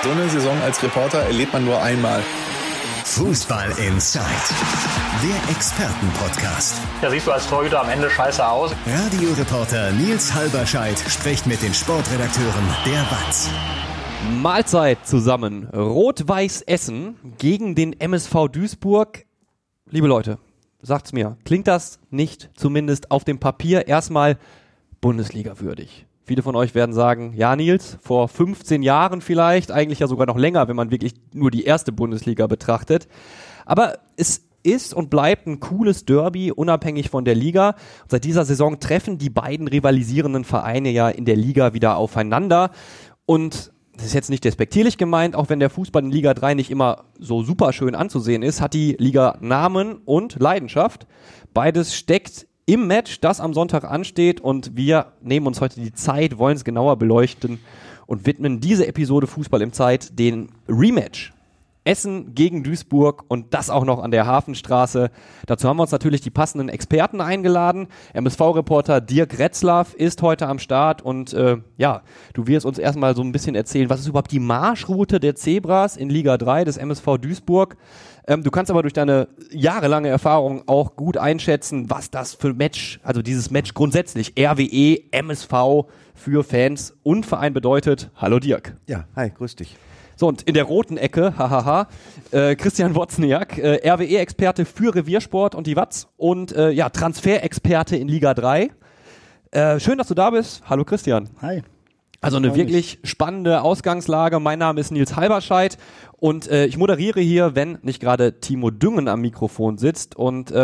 So eine Saison als Reporter erlebt man nur einmal. Fußball Inside, der Expertenpodcast. Da siehst du als Torhüter am Ende scheiße aus. Radioreporter Nils Halberscheid spricht mit den Sportredakteuren der WAZ. Mahlzeit zusammen. Rot-Weiß Essen gegen den MSV Duisburg. Liebe Leute, sagt's mir, klingt das nicht zumindest auf dem Papier erstmal Bundesliga würdig? Viele von euch werden sagen, ja Nils, vor 15 Jahren vielleicht, eigentlich ja sogar noch länger, wenn man wirklich nur die erste Bundesliga betrachtet. Aber es ist und bleibt ein cooles Derby, unabhängig von der Liga. Und seit dieser Saison treffen die beiden rivalisierenden Vereine ja in der Liga wieder aufeinander. Und das ist jetzt nicht despektierlich gemeint, auch wenn der Fußball in Liga 3 nicht immer so super schön anzusehen ist, hat die Liga Namen und Leidenschaft. Beides steckt im Match, das am Sonntag ansteht, und wir nehmen uns heute die Zeit, wollen es genauer beleuchten und widmen diese Episode Fußball im Zeit den Rematch. Essen gegen Duisburg und das auch noch an der Hafenstraße. Dazu haben wir uns natürlich die passenden Experten eingeladen. MSV-Reporter Dirk Retzlaff ist heute am Start und du wirst uns erstmal so ein bisschen erzählen, was ist überhaupt die Marschroute der Zebras in Liga 3 des MSV Duisburg. Du kannst aber durch deine jahrelange Erfahrung auch gut einschätzen, was das für Match, also dieses Match grundsätzlich, RWE, MSV für Fans und Verein bedeutet. Hallo Dirk. Ja, hi, grüß dich. So, und in der roten Ecke, Christian Wozniak, RWE-Experte für Reviersport und die WAZ und Transferexperte in Liga 3. Schön, dass du da bist. Hallo Christian. Hi. Also eine wirklich spannende Ausgangslage. Mein Name ist Nils Halberscheid und ich moderiere hier, wenn nicht gerade Timo Düngen am Mikrofon sitzt. Und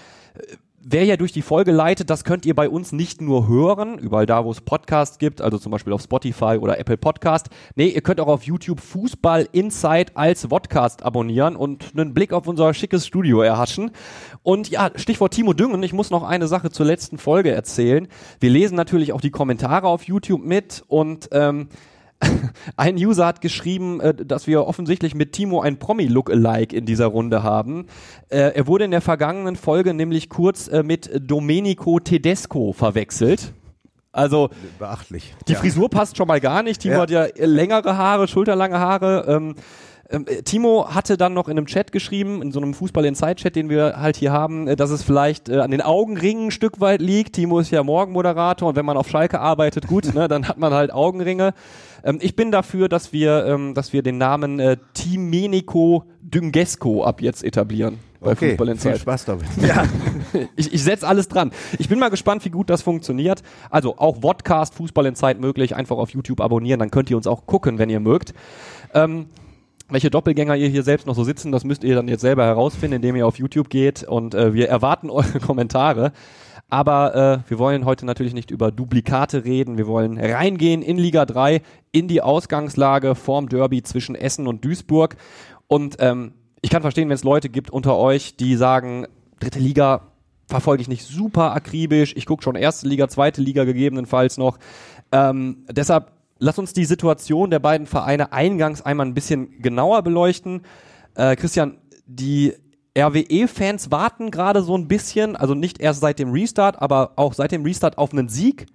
wer ja durch die Folge leitet, das könnt ihr bei uns nicht nur hören, überall da, wo es Podcasts gibt, also zum Beispiel auf Spotify oder Apple Podcast. Nee, ihr könnt auch auf YouTube Fußball Inside als Vodcast abonnieren und einen Blick auf unser schickes Studio erhaschen. Und ja, Stichwort Timo Düngen, ich muss noch eine Sache zur letzten Folge erzählen. Wir lesen natürlich auch die Kommentare auf YouTube mit und ein User hat geschrieben, dass wir offensichtlich mit Timo ein Promi-Look-alike in dieser Runde haben. Er wurde in der vergangenen Folge nämlich kurz mit Domenico Tedesco verwechselt. Also beachtlich. Die Frisur passt schon mal gar nicht. Timo hat ja längere Haare, schulterlange Haare. Timo hatte dann noch in einem Chat geschrieben, in so einem Fußball-Inside-Chat, den wir halt hier haben, dass es vielleicht an den Augenringen ein Stück weit liegt. Timo ist ja Morgenmoderator und wenn man auf Schalke arbeitet, gut, ne, dann hat man halt Augenringe. Ich bin dafür, dass wir den Namen Timenico Düngesco ab jetzt etablieren bei Fußball Inside. Viel Spaß damit. Ja, ich setze alles dran. Ich bin mal gespannt, wie gut das funktioniert. Also auch Vodcast Fußball Inside möglich, einfach auf YouTube abonnieren, dann könnt ihr uns auch gucken, wenn ihr mögt. Welche Doppelgänger ihr hier selbst noch so sitzen, das müsst ihr dann jetzt selber herausfinden, indem ihr auf YouTube geht und wir erwarten eure Kommentare. Aber wir wollen heute natürlich nicht über Duplikate reden, wir wollen reingehen in Liga 3, in die Ausgangslage vorm Derby zwischen Essen und Duisburg. Und ich kann verstehen, wenn es Leute gibt unter euch, die sagen, dritte Liga verfolge ich nicht super akribisch, ich gucke schon erste Liga, zweite Liga gegebenenfalls noch. Deshalb lass uns die Situation der beiden Vereine eingangs einmal ein bisschen genauer beleuchten. Christian, die RWE-Fans warten gerade so ein bisschen, also nicht erst seit dem Restart, aber auch seit dem Restart auf einen Sieg.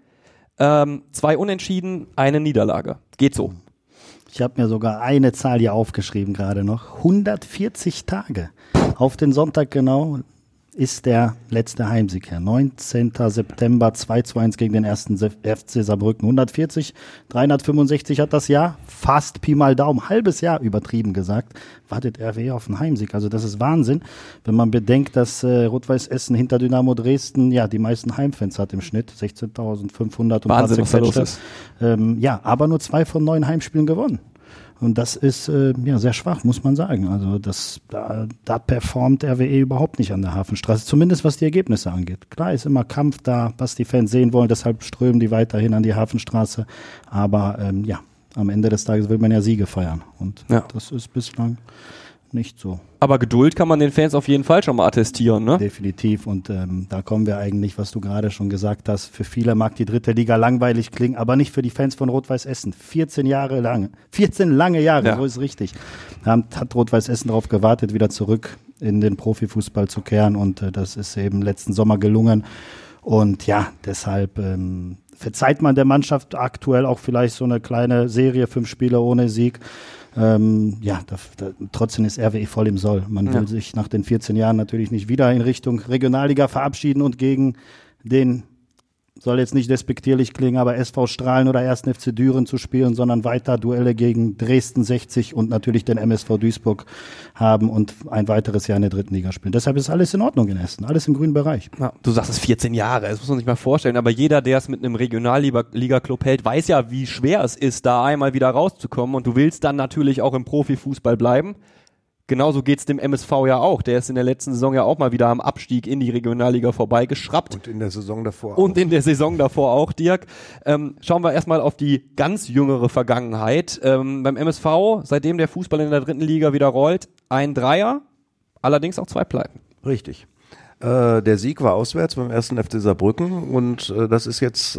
2 Unentschieden, eine Niederlage. Geht so. Ich habe mir sogar eine Zahl hier aufgeschrieben gerade noch. 140 Tage. Auf den Sonntag genau ist der letzte Heimsieg her. 19. September 2:1 gegen den 1. FC Saarbrücken. 140, 365 hat das Jahr, fast Pi mal Daumen, halbes Jahr übertrieben gesagt, wartet RWE auf einen Heimsieg. Also das ist Wahnsinn, wenn man bedenkt, dass Rot-Weiß Essen hinter Dynamo Dresden ja die meisten Heimfans hat im Schnitt, 16.500 und Wahnsinn, was da los ist. Aber nur 2 von 9 Heimspielen gewonnen. Und das ist sehr schwach, muss man sagen. Also da performt RWE überhaupt nicht an der Hafenstraße, zumindest was die Ergebnisse angeht. Klar ist immer Kampf da, was die Fans sehen wollen, deshalb strömen die weiterhin an die Hafenstraße. Aber am Ende des Tages will man ja Siege feiern. Und das ist bislang nicht so. Aber Geduld kann man den Fans auf jeden Fall schon mal attestieren, ne? Definitiv. Und da kommen wir eigentlich, was du gerade schon gesagt hast, für viele mag die dritte Liga langweilig klingen, aber nicht für die Fans von Rot-Weiß Essen. 14 lange Jahre, so ist richtig. Hat Rot-Weiß Essen darauf gewartet, wieder zurück in den Profifußball zu kehren und das ist eben letzten Sommer gelungen. Und ja, deshalb verzeiht man der Mannschaft aktuell auch vielleicht so eine kleine Serie, 5 Spiele ohne Sieg. Trotzdem ist RWE voll im Soll. Man will sich nach den 14 Jahren natürlich nicht wieder in Richtung Regionalliga verabschieden und gegen den, soll jetzt nicht despektierlich klingen, aber SV Strahlen oder 1. FC Düren zu spielen, sondern weiter Duelle gegen Dresden 60 und natürlich den MSV Duisburg haben und ein weiteres Jahr in der 3. Liga spielen. Deshalb ist alles in Ordnung in Essen, alles im grünen Bereich. Ja, du sagst es 14 Jahre, das muss man sich mal vorstellen, aber jeder, der es mit einem Regionalliga-Club hält, weiß ja, wie schwer es ist, da einmal wieder rauszukommen, und du willst dann natürlich auch im Profifußball bleiben. Genauso geht's dem MSV ja auch. Der ist in der letzten Saison ja auch mal wieder am Abstieg in die Regionalliga vorbeigeschraubt. Und in der Saison davor auch. Und in der Saison davor auch, Dirk. Schauen wir erstmal auf die ganz jüngere Vergangenheit. Beim MSV, seitdem der Fußball in der 3. Liga wieder rollt, ein Dreier, allerdings auch 2 Pleiten. Richtig. Der Sieg war auswärts beim 1. FC Saarbrücken, und das ist jetzt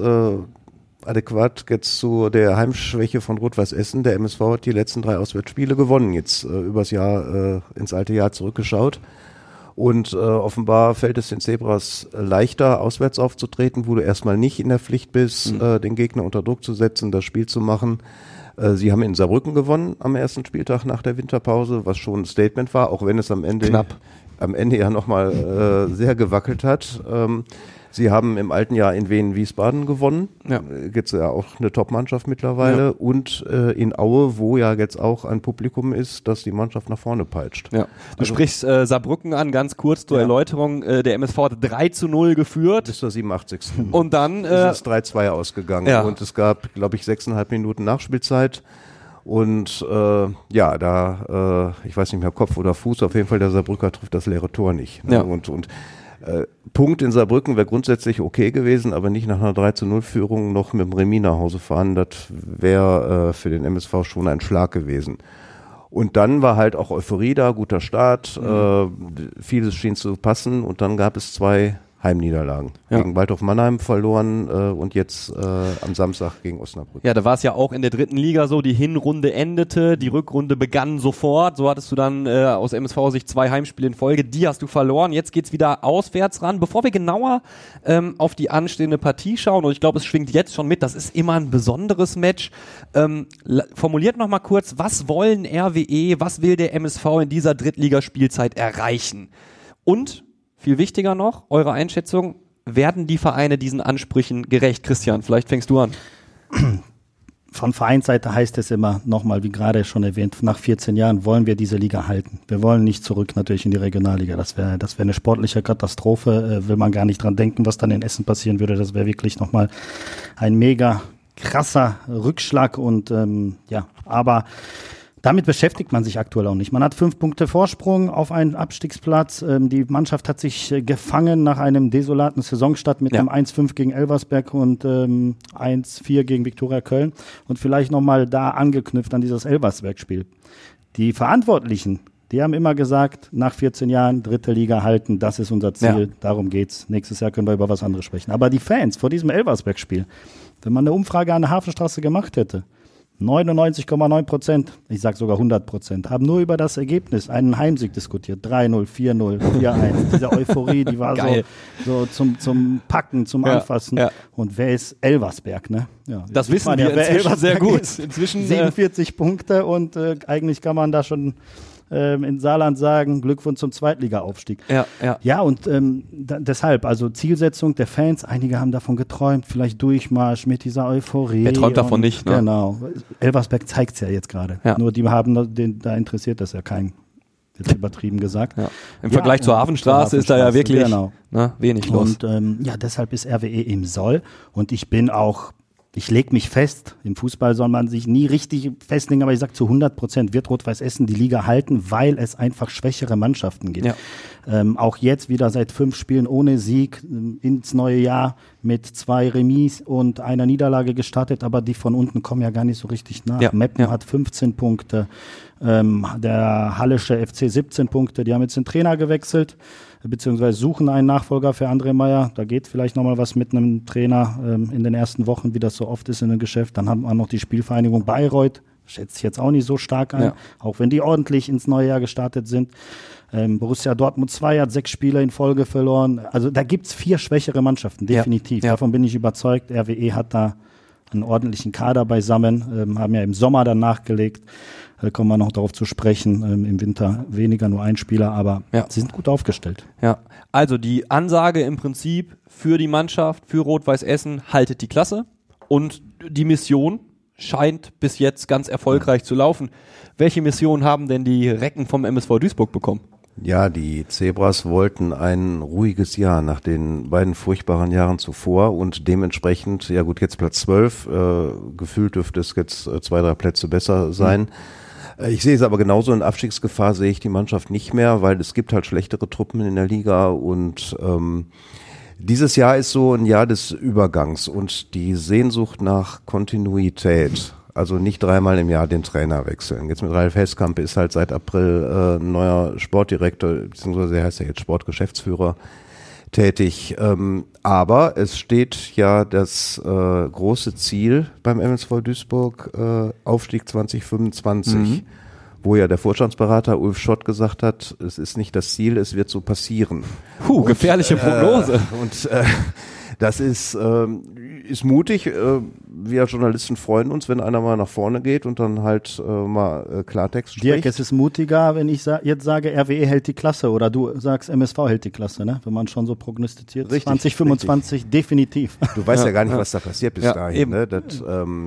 adäquat jetzt zu der Heimschwäche von Rot-Weiß Essen. Der MSV hat die letzten 3 Auswärtsspiele gewonnen, jetzt übers Jahr, ins alte Jahr zurückgeschaut. Und offenbar fällt es den Zebras leichter, auswärts aufzutreten, wo du erstmal nicht in der Pflicht bist, den Gegner unter Druck zu setzen, das Spiel zu machen. Sie haben in Saarbrücken gewonnen am ersten Spieltag nach der Winterpause, was schon ein Statement war, auch wenn es am Ende ja nochmal sehr gewackelt hat. Sie haben im alten Jahr in Wien-Wiesbaden gewonnen. Ja. Jetzt ja auch eine Top-Mannschaft mittlerweile. Ja. Und in Aue, wo ja jetzt auch ein Publikum ist, das die Mannschaft nach vorne peitscht. Ja. Du sprichst Saarbrücken an, ganz kurz zur Erläuterung. Der MSV hat 3-0 geführt. Bis zur 87. Und dann ist es 3-2 ausgegangen. Ja. Und es gab, glaube ich, 6,5 Minuten Nachspielzeit. Und ich weiß nicht mehr, Kopf oder Fuß, auf jeden Fall der Saarbrücker trifft das leere Tor nicht. Ne? Ja. Und Punkt in Saarbrücken wäre grundsätzlich okay gewesen, aber nicht nach einer 3-0-Führung noch mit dem Remis nach Hause fahren. Das wäre für den MSV schon ein Schlag gewesen. Und dann war halt auch Euphorie da, guter Start, vieles schien zu passen, und dann gab es 2 Heimniederlagen. Ja. Gegen Waldhof Mannheim verloren und jetzt am Samstag gegen Osnabrück. Ja, da war es ja auch in der 3. Liga so, die Hinrunde endete, die Rückrunde begann sofort, so hattest du dann aus MSV-Sicht 2 Heimspiele in Folge, die hast du verloren, jetzt geht's wieder auswärts ran. Bevor wir genauer auf die anstehende Partie schauen, und ich glaube, es schwingt jetzt schon mit, das ist immer ein besonderes Match, formuliert nochmal kurz, was wollen RWE, was will der MSV in dieser Drittligaspielzeit erreichen? Und viel wichtiger noch, eure Einschätzung, werden die Vereine diesen Ansprüchen gerecht? Christian, vielleicht fängst du an. Von Vereinsseite heißt es immer, nochmal, wie gerade schon erwähnt, nach 14 Jahren wollen wir diese Liga halten. Wir wollen nicht zurück natürlich in die Regionalliga. Das wäre eine sportliche Katastrophe. Will man gar nicht dran denken, was dann in Essen passieren würde. Das wäre wirklich nochmal ein mega krasser Rückschlag. Und aber damit beschäftigt man sich aktuell auch nicht. Man hat 5 Punkte Vorsprung auf einen Abstiegsplatz. Die Mannschaft hat sich gefangen nach einem desolaten Saisonstart mit einem 1-5 gegen Elversberg und 1-4 gegen Viktoria Köln. Und vielleicht nochmal da angeknüpft an dieses Elversberg-Spiel. Die Verantwortlichen, die haben immer gesagt, nach 14 Jahren 3. Liga halten, das ist unser Ziel, darum geht's. Nächstes Jahr können wir über was anderes sprechen. Aber die Fans vor diesem Elversberg-Spiel, wenn man eine Umfrage an der Hafenstraße gemacht hätte, 99,9%, ich sag sogar 100%, haben nur über das Ergebnis einen Heimsieg diskutiert. 3-0, 4-0, 4-1. Diese Euphorie, die war so zum Packen, zum Anfassen. Ja. Und wer ist Elversberg, ne? Ja, das wissen wir inzwischen sehr gut. Inzwischen 47 Punkte und eigentlich kann man da schon in Saarland sagen, Glückwunsch zum Zweitliga-Aufstieg. Ja, und deshalb, also Zielsetzung der Fans, einige haben davon geträumt, vielleicht Durchmarsch mit dieser Euphorie. Wer träumt davon nicht, ne? Genau. Elversberg zeigt es ja jetzt gerade. Ja. Nur die haben, da interessiert das ja keinen. Jetzt übertrieben gesagt. Ja. Im Vergleich zur Hafenstraße ist da ja wirklich wenig los. Und deshalb ist RWE im Soll. Und ich lege mich fest, im Fußball soll man sich nie richtig festlegen, aber ich sage zu 100% wird Rot-Weiß Essen die Liga halten, weil es einfach schwächere Mannschaften gibt. Ja. Auch jetzt wieder seit 5 Spielen ohne Sieg ins neue Jahr mit 2 Remis und einer Niederlage gestartet, aber die von unten kommen ja gar nicht so richtig nach. Ja. Meppen hat 15 Punkte, der Hallische FC 17 Punkte, die haben jetzt den Trainer gewechselt, beziehungsweise suchen einen Nachfolger für André Meyer. Da geht vielleicht nochmal was mit einem Trainer in den ersten Wochen, wie das so oft ist in einem Geschäft. Dann haben wir noch die Spielvereinigung Bayreuth, schätze ich jetzt auch nicht so stark ein, auch wenn die ordentlich ins neue Jahr gestartet sind. Borussia Dortmund 2 hat 6 Spiele in Folge verloren. Also da gibt's 4 schwächere Mannschaften, definitiv. Ja. Davon bin ich überzeugt. RWE hat da einen ordentlichen Kader beisammen, haben ja im Sommer dann nachgelegt. Da kommen wir noch darauf zu sprechen. Im Winter weniger, nur ein Spieler, aber sie sind gut aufgestellt. Ja, also die Ansage im Prinzip für die Mannschaft, für Rot-Weiß Essen, haltet die Klasse. Und die Mission scheint bis jetzt ganz erfolgreich zu laufen. Welche Mission haben denn die Recken vom MSV Duisburg bekommen? Ja, die Zebras wollten ein ruhiges Jahr nach den beiden furchtbaren Jahren zuvor und dementsprechend, ja gut, jetzt Platz 12, gefühlt dürfte es jetzt 2-3 Plätze besser sein. Ich sehe es aber genauso, in Abstiegsgefahr sehe ich die Mannschaft nicht mehr, weil es gibt halt schlechtere Truppen in der Liga und dieses Jahr ist so ein Jahr des Übergangs und die Sehnsucht nach Kontinuität. Also nicht 3-mal im Jahr den Trainer wechseln. Jetzt mit Ralf Heskamp ist halt seit April neuer Sportdirektor, beziehungsweise er heißt ja jetzt Sportgeschäftsführer, tätig. Aber es steht ja das große Ziel beim MSV Duisburg, Aufstieg 2025, wo ja der Vorstandsberater Ulf Schott gesagt hat, es ist nicht das Ziel, es wird so passieren. Gefährliche Prognose. Das ist mutig. Wir Journalisten freuen uns, wenn einer mal nach vorne geht und dann halt mal Klartext spricht. Dirk, es ist mutiger, wenn ich jetzt sage, RWE hält die Klasse oder du sagst, MSV hält die Klasse, ne? Wenn man schon so prognostiziert. Richtig, 2025 definitiv. Du weißt ja gar nicht, was da passiert bis dahin. Ne? Das,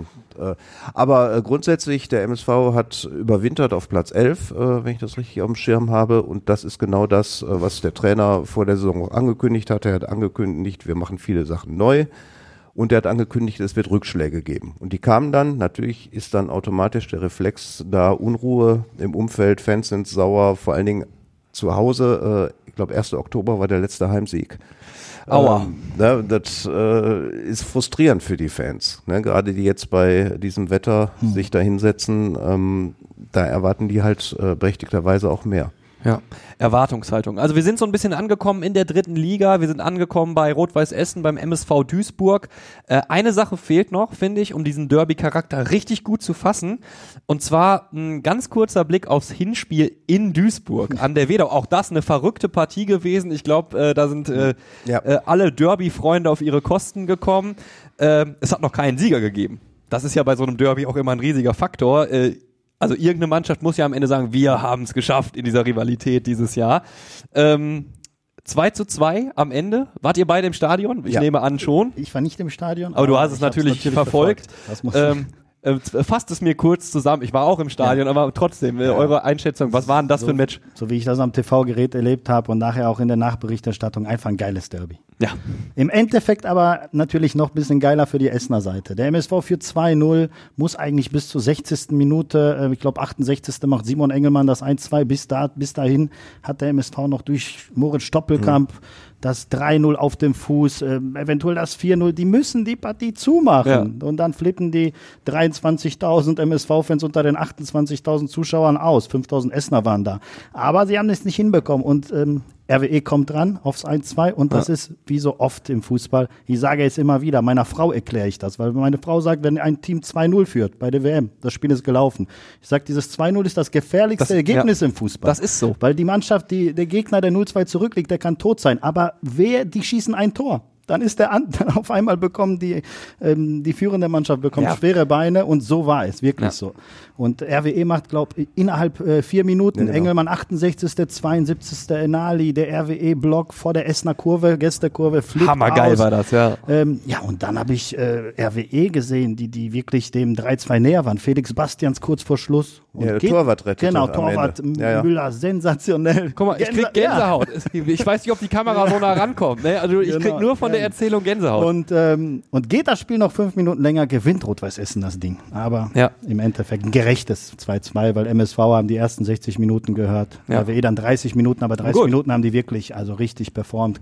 aber grundsätzlich, der MSV hat überwintert auf Platz 11, wenn ich das richtig auf dem Schirm habe. Und das ist genau das, was der Trainer vor der Saison auch angekündigt hat. Er hat angekündigt, wir machen viele Sachen neu. Und er hat angekündigt, es wird Rückschläge geben. Und die kamen dann, natürlich ist dann automatisch der Reflex da, Unruhe im Umfeld, Fans sind sauer, vor allen Dingen zu Hause. Ich glaube, 1. Oktober war der letzte Heimsieg. Aua. Das ist frustrierend für die Fans. Ne? Gerade die jetzt bei diesem Wetter sich da hinsetzen, da erwarten die halt berechtigterweise auch mehr. Ja, Erwartungshaltung. Also wir sind so ein bisschen angekommen in der 3. Liga, wir sind angekommen bei Rot-Weiß Essen, beim MSV Duisburg. Eine Sache fehlt noch, finde ich, um diesen Derby-Charakter richtig gut zu fassen. Und zwar ein ganz kurzer Blick aufs Hinspiel in Duisburg an der Wedau. Auch das eine verrückte Partie gewesen. Ich glaube, da sind alle Derby-Freunde auf ihre Kosten gekommen. Es hat noch keinen Sieger gegeben. Das ist ja bei so einem Derby auch immer ein riesiger Faktor. Also irgendeine Mannschaft muss ja am Ende sagen, wir haben es geschafft in dieser Rivalität dieses Jahr. 2:2 am Ende. Wart ihr beide im Stadion? Ich nehme an schon. Ich war nicht im Stadion. Aber du hast es natürlich verfolgt. Das muss fasst es mir kurz zusammen. Ich war auch im Stadion, aber trotzdem, eure Einschätzung, was war denn das für ein Match? So wie ich das am TV-Gerät erlebt habe und nachher auch in der Nachberichterstattung, einfach ein geiles Derby. Ja. Im Endeffekt aber natürlich noch ein bisschen geiler für die Essener Seite. Der MSV führt 2-0, muss eigentlich bis zur 60. Minute, ich glaube 68. macht Simon Engelmann das 1-2. Bis dahin hat der MSV noch durch Moritz Stoppelkamp das 3-0 auf dem Fuß, eventuell das 4-0, die müssen die Partie zumachen. Ja. Und dann flippen die 23.000 MSV-Fans unter den 28.000 Zuschauern aus. 5.000 Essener waren da. Aber sie haben es nicht hinbekommen und RWE kommt dran aufs 1-2 und das ist wie so oft im Fußball. Ich sage jetzt immer wieder, meiner Frau erkläre ich das, weil meine Frau sagt, wenn ein Team 2-0 führt bei der WM, das Spiel ist gelaufen. Ich sage, dieses 2-0 ist das gefährlichste Ergebnis im Fußball. Das ist so. Weil die Mannschaft, der Gegner, der 0-2 zurückliegt, der kann tot sein. Aber die schießen ein Tor. Dann ist dann auf einmal bekommen die führende Mannschaft schwere Beine und so war es, wirklich so. Und RWE macht, glaube ich, innerhalb 4 Minuten, Engelmann 68., 72. Enali, der RWE-Block vor der Essener Kurve, Gästekurve, flippt Hammergeil aus. War das, ja. Und dann habe ich RWE gesehen, die wirklich dem 3-2 näher waren. Felix Bastians kurz vor Schluss. Und der Torwart rettet. Genau, Torwart Müller, sensationell. Guck mal, ich krieg Gänsehaut. Ich weiß nicht, ob die Kamera so nah rankommt. Ne? Also ich krieg nur von der Erzählung Gänsehaut. Und geht das Spiel noch 5 Minuten länger, gewinnt Rot-Weiß Essen das Ding. Aber im Endeffekt ein gerechtes 2-2, weil MSV haben die ersten 60 Minuten gehört. RWE dann 30 Minuten, aber 30 Minuten haben die wirklich richtig performt.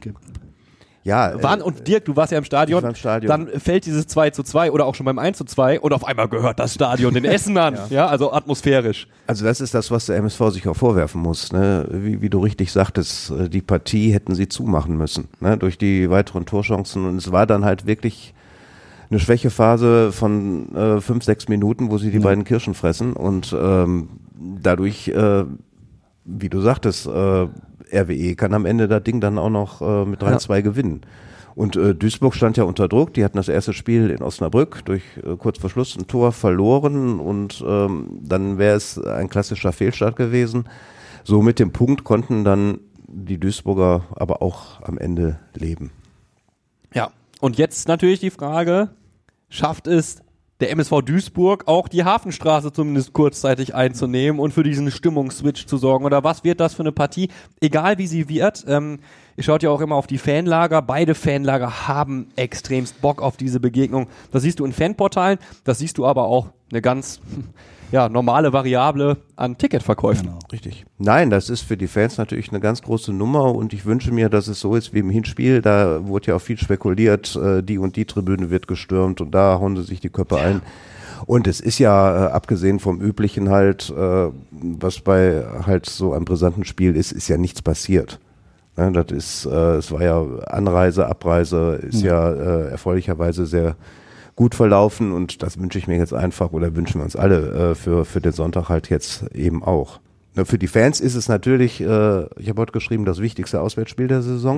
Ja, und Dirk, du warst ja im Stadion. Ich war im Stadion. Dann fällt dieses 2:2 oder auch schon beim 1:2 und auf einmal gehört das Stadion den Essenern. Also atmosphärisch. Also das ist das, was der MSV sich auch vorwerfen muss. Ne? Wie du richtig sagtest, die Partie hätten sie zumachen müssen, ne? Durch die weiteren Torchancen. Und es war dann halt wirklich eine Schwächephase von 5-6 Minuten, wo sie die beiden Kirschen fressen und dadurch, wie du sagtest, RWE kann am Ende das Ding dann auch noch mit 3-2 gewinnen. Und Duisburg stand ja unter Druck, die hatten das erste Spiel in Osnabrück durch kurz vor Schluss ein Tor verloren und dann wäre es ein klassischer Fehlstart gewesen. So mit dem Punkt konnten dann die Duisburger aber auch am Ende leben. Ja, und jetzt natürlich die Frage, schafft es der MSV Duisburg auch die Hafenstraße zumindest kurzzeitig einzunehmen und für diesen Stimmungsswitch zu sorgen? Oder was wird das für eine Partie? Egal wie sie wird, ihr schaut ja auch immer auf die Fanlager. Beide Fanlager haben extremst Bock auf diese Begegnung. Das siehst du in Fanportalen, das siehst du aber auch eine ganz normale Variable an Ticketverkäufen. Genau. Richtig. Nein, das ist für die Fans natürlich eine ganz große Nummer und ich wünsche mir, dass es so ist wie im Hinspiel. Da wurde ja auch viel spekuliert, die und die Tribüne wird gestürmt und da hauen sie sich die Köpfe ein. Und es ist ja, abgesehen vom Üblichen halt, was bei halt so einem brisanten Spiel ist ja nichts passiert. Ja, das ist, es war ja Anreise, Abreise, ist ja erfreulicherweise sehr gut verlaufen und das wünsche ich mir jetzt einfach oder wünschen wir uns alle für den Sonntag halt jetzt eben auch. Ne, für die Fans ist es natürlich, ich habe heute geschrieben, das wichtigste Auswärtsspiel der Saison.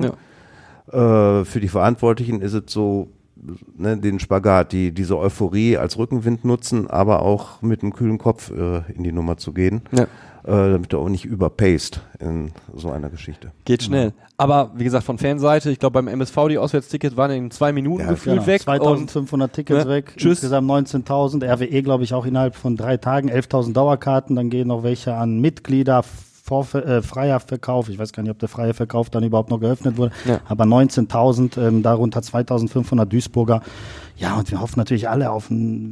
Ja. Für die Verantwortlichen ist es so, ne, den Spagat, diese Euphorie als Rückenwind nutzen, aber auch mit einem kühlen Kopf in die Nummer zu gehen. Ja. Damit du auch nicht überpaced in so einer Geschichte. Geht schnell. Aber wie gesagt, von Fanseite, ich glaube beim MSV die Auswärtstickets waren in 2 Minuten gefühlt weg. 2.500 Tickets weg, tschüss. Insgesamt 19.000. RWE glaube ich auch innerhalb von 3 Tagen, 11.000 Dauerkarten, dann gehen noch welche an Mitglieder, freier Verkauf, ich weiß gar nicht, ob der freie Verkauf dann überhaupt noch geöffnet wurde, aber 19.000, darunter 2.500 Duisburger. Ja, und wir hoffen natürlich alle auf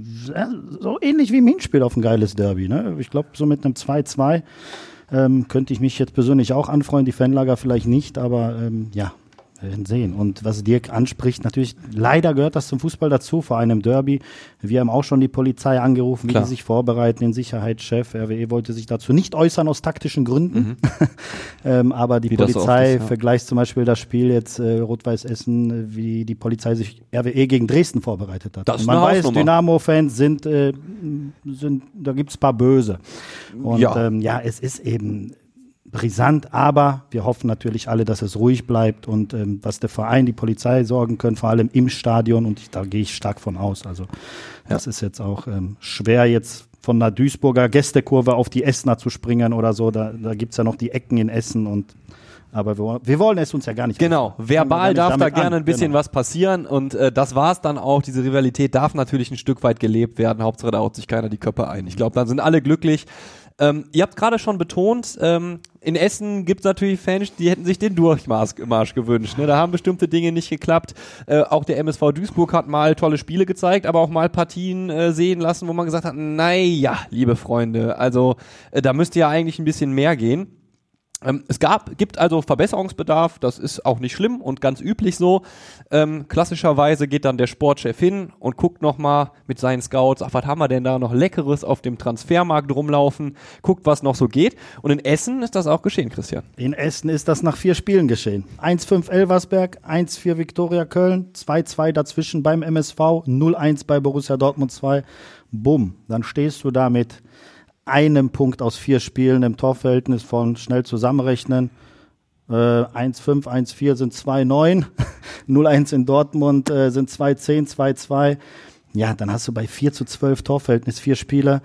so ähnlich wie im Hinspiel auf ein geiles Derby. Ne? Ich glaube, so mit einem 2-2 könnte ich mich jetzt persönlich auch anfreuen, die Fanlager vielleicht nicht, aber wir werden sehen. Und was Dirk anspricht, natürlich, leider gehört das zum Fußball dazu, vor einem Derby. Wir haben auch schon die Polizei angerufen, wie die sich vorbereiten, den Sicherheitschef. RWE wollte sich dazu nicht äußern aus taktischen Gründen. Aber die Polizei vergleicht zum Beispiel das Spiel jetzt Rot-Weiß Essen, wie die Polizei sich RWE gegen Dresden vorbereitet hat. Und man weiß, Dynamo-Fans sind, da gibt's ein paar Böse. Und es ist eben brisant, aber wir hoffen natürlich alle, dass es ruhig bleibt und was der Verein, die Polizei sorgen können, vor allem im Stadion und da gehe ich stark von aus. Also das ist jetzt auch schwer jetzt von der Duisburger Gästekurve auf die Essener zu springen oder so, da gibt's ja noch die Ecken in Essen aber wir wollen es uns ja gar nicht. Genau, verbal darf da gerne ein bisschen was passieren und das war's dann auch. Diese Rivalität darf natürlich ein Stück weit gelebt werden. Hauptsache, da haut sich keiner die Köpfe ein. Ich glaube, dann sind alle glücklich. Ihr habt gerade schon betont, in Essen gibt es natürlich Fans, die hätten sich den Durchmarsch gewünscht. Ne? Da haben bestimmte Dinge nicht geklappt. Auch der MSV Duisburg hat mal tolle Spiele gezeigt, aber auch mal Partien sehen lassen, wo man gesagt hat, naja, liebe Freunde, also da müsste ja eigentlich ein bisschen mehr gehen. Es gibt also Verbesserungsbedarf, das ist auch nicht schlimm und ganz üblich so. Klassischerweise geht dann der Sportchef hin und guckt nochmal mit seinen Scouts, ach, was haben wir denn da noch Leckeres auf dem Transfermarkt rumlaufen, guckt, was noch so geht. Und in Essen ist das auch geschehen, Christian. In Essen ist das nach 4 Spielen geschehen. 1-5 Elversberg, 1-4 Viktoria Köln, 2-2 dazwischen beim MSV, 0-1 bei Borussia Dortmund 2. Bumm, dann stehst du da mit einem Punkt aus 4 Spielen im Torverhältnis von schnell zusammenrechnen. 1-5, 1-4 sind 2-9. 0-1 in Dortmund sind 2-10, 2-2. Ja, dann hast du bei 4-12 Torverhältnis 4 Spiele.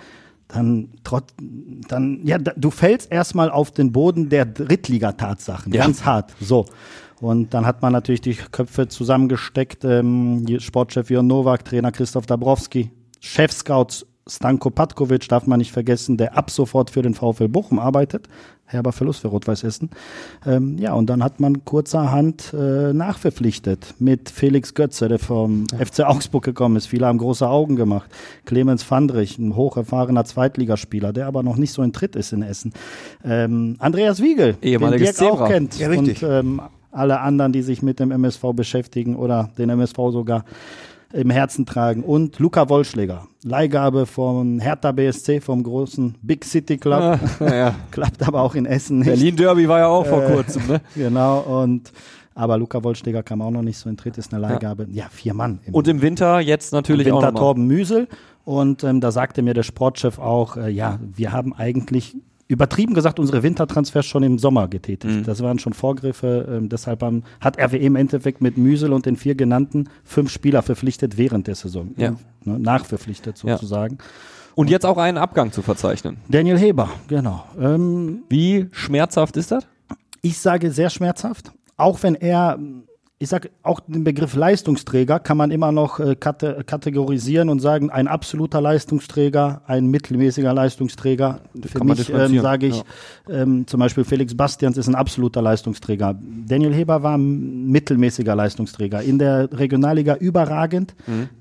Du fällst erstmal auf den Boden der Drittliga-Tatsachen. Ganz hart. So. Und dann hat man natürlich die Köpfe zusammengesteckt. Sportchef Jörn Nowak, Trainer Christoph Dabrowski, Chef-Scouts Stanko Patkovic, darf man nicht vergessen, der ab sofort für den VfL Bochum arbeitet. Herber Verlust für Rot-Weiß Essen. Und dann hat man kurzerhand nachverpflichtet mit Felix Götze, der vom FC Augsburg gekommen ist. Viele haben große Augen gemacht. Clemens Fandrich, ein hocherfahrener Zweitligaspieler, der aber noch nicht so in Tritt ist in Essen. Andreas Wiegel, den Dirk auch kennt. Ja, richtig. Und alle anderen, die sich mit dem MSV beschäftigen oder den MSV sogar im Herzen tragen. Und Luca Wollschläger, Leihgabe von Hertha BSC, vom großen Big City Club. Klappt aber auch in Essen nicht. Berlin Derby war ja auch vor kurzem, ne? Genau, und aber Luca Wollsteger kam auch noch nicht so in Tritt, ist eine Leihgabe. Ja, 4 Mann. Und im Winter jetzt natürlich auch nochmal. Torben Müsel und da sagte mir der Sportchef auch, wir haben eigentlich übertrieben gesagt, unsere Wintertransfers schon im Sommer getätigt. Das waren schon Vorgriffe. Deshalb hat RWE im Endeffekt mit Müsel und den 4 genannten 5 Spieler verpflichtet während der Saison. Ja. Nachverpflichtet sozusagen. Und jetzt auch einen Abgang zu verzeichnen. Daniel Heber, genau. Wie schmerzhaft ist das? Ich sage sehr schmerzhaft. Auch wenn ich sage, auch den Begriff Leistungsträger kann man immer noch kategorisieren und sagen, ein absoluter Leistungsträger, ein mittelmäßiger Leistungsträger. Für mich sage ich, zum Beispiel Felix Bastians ist ein absoluter Leistungsträger. Daniel Heber war ein mittelmäßiger Leistungsträger. In der Regionalliga überragend.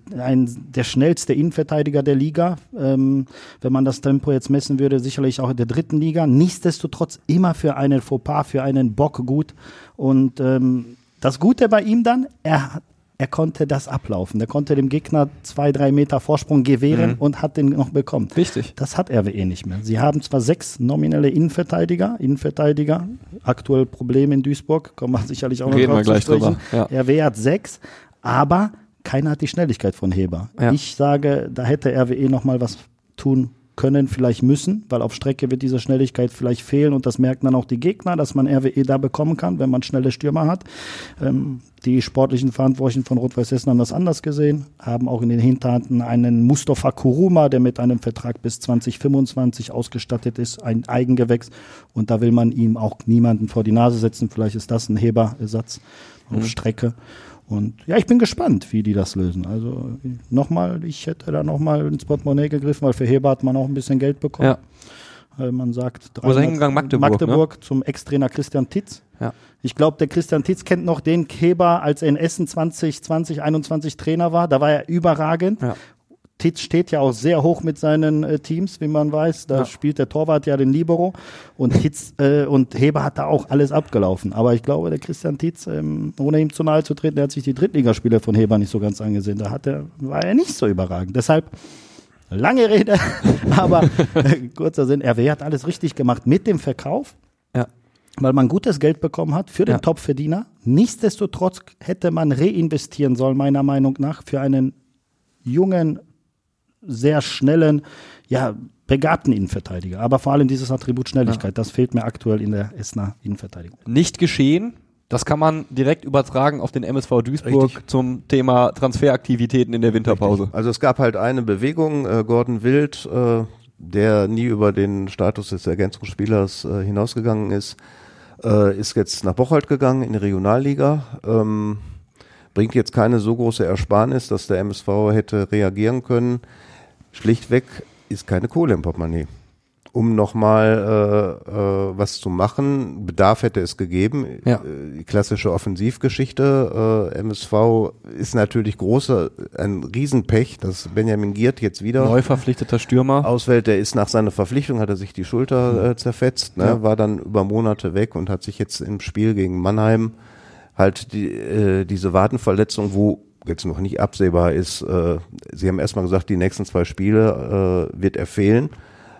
Der schnellste Innenverteidiger der Liga. Wenn man das Tempo jetzt messen würde, sicherlich auch in der 3. Liga. Nichtsdestotrotz immer für einen Fauxpas, für einen Bock gut. Und das Gute bei ihm dann, er konnte das ablaufen. Er konnte dem Gegner 2-3 Meter Vorsprung gewähren und hat den noch bekommen. Richtig. Das hat RWE nicht mehr. Sie haben zwar 6 nominelle Innenverteidiger, aktuell Probleme in Duisburg, kommen wir sicherlich auch noch drauf zu sprechen. Ja. RWE hat 6, aber keiner hat die Schnelligkeit von Heber. Ja. Ich sage, da hätte RWE noch mal was tun können, vielleicht müssen, weil auf Strecke wird diese Schnelligkeit vielleicht fehlen und das merken dann auch die Gegner, dass man RWE da bekommen kann, wenn man schnelle Stürmer hat. Die sportlichen Verantwortlichen von Rot-Weiß Essen haben das anders gesehen, haben auch in den Hinterhanden einen Mustafa Kuruma, der mit einem Vertrag bis 2025 ausgestattet ist, ein Eigengewächs und da will man ihm auch niemanden vor die Nase setzen, vielleicht ist das ein Heberersatz auf Strecke. Und ja, ich bin gespannt, wie die das lösen. Also ich hätte da nochmal ins Portemonnaie gegriffen, weil für Heber hat man auch ein bisschen Geld bekommen. Ja. Man sagt, wo ist er hingegangen? Magdeburg, ne? Zum Ex-Trainer Christian Titz. Ja. Ich glaube, der Christian Titz kennt noch den Heber, als er in Essen 2021 Trainer war. Da war er überragend. Ja. Titz steht ja auch sehr hoch mit seinen Teams, wie man weiß. Da spielt der Torwart ja den Libero und und Heber hat da auch alles abgelaufen. Aber ich glaube, der Christian Titz, ohne ihm zu nahe zu treten, der hat sich die Drittligaspiele von Heber nicht so ganz angesehen. War er nicht so überragend. Deshalb lange Rede, aber kurzer Sinn. RWE hat alles richtig gemacht mit dem Verkauf. Ja. Weil man gutes Geld bekommen hat für den Topverdiener. Nichtsdestotrotz hätte man reinvestieren sollen, meiner Meinung nach, für einen jungen, sehr schnellen, begabten Innenverteidiger. Aber vor allem dieses Attribut Schnelligkeit, das fehlt mir aktuell in der Essener Innenverteidigung. Nicht geschehen. Das kann man direkt übertragen auf den MSV Duisburg zum Thema Transferaktivitäten in der Winterpause. Richtig. Also es gab halt eine Bewegung, Gordon Wild, der nie über den Status des Ergänzungsspielers hinausgegangen ist jetzt nach Bocholt gegangen in die Regionalliga. Bringt jetzt keine so große Ersparnis, dass der MSV hätte reagieren können. Schlichtweg ist keine Kohle im Portemonnaie. Um nochmal was zu machen, Bedarf hätte es gegeben. Ja. Die klassische Offensivgeschichte. MSV ist natürlich ein Riesenpech, dass Benjamin Giert jetzt wieder neu verpflichteter Stürmer ausfällt. Der ist nach seiner Verpflichtung, hat er sich die Schulter zerfetzt, ne? War dann über Monate weg und hat sich jetzt im Spiel gegen Mannheim halt diese Wadenverletzung, wo jetzt noch nicht absehbar ist. Sie haben erstmal gesagt, die nächsten 2 Spiele wird er fehlen.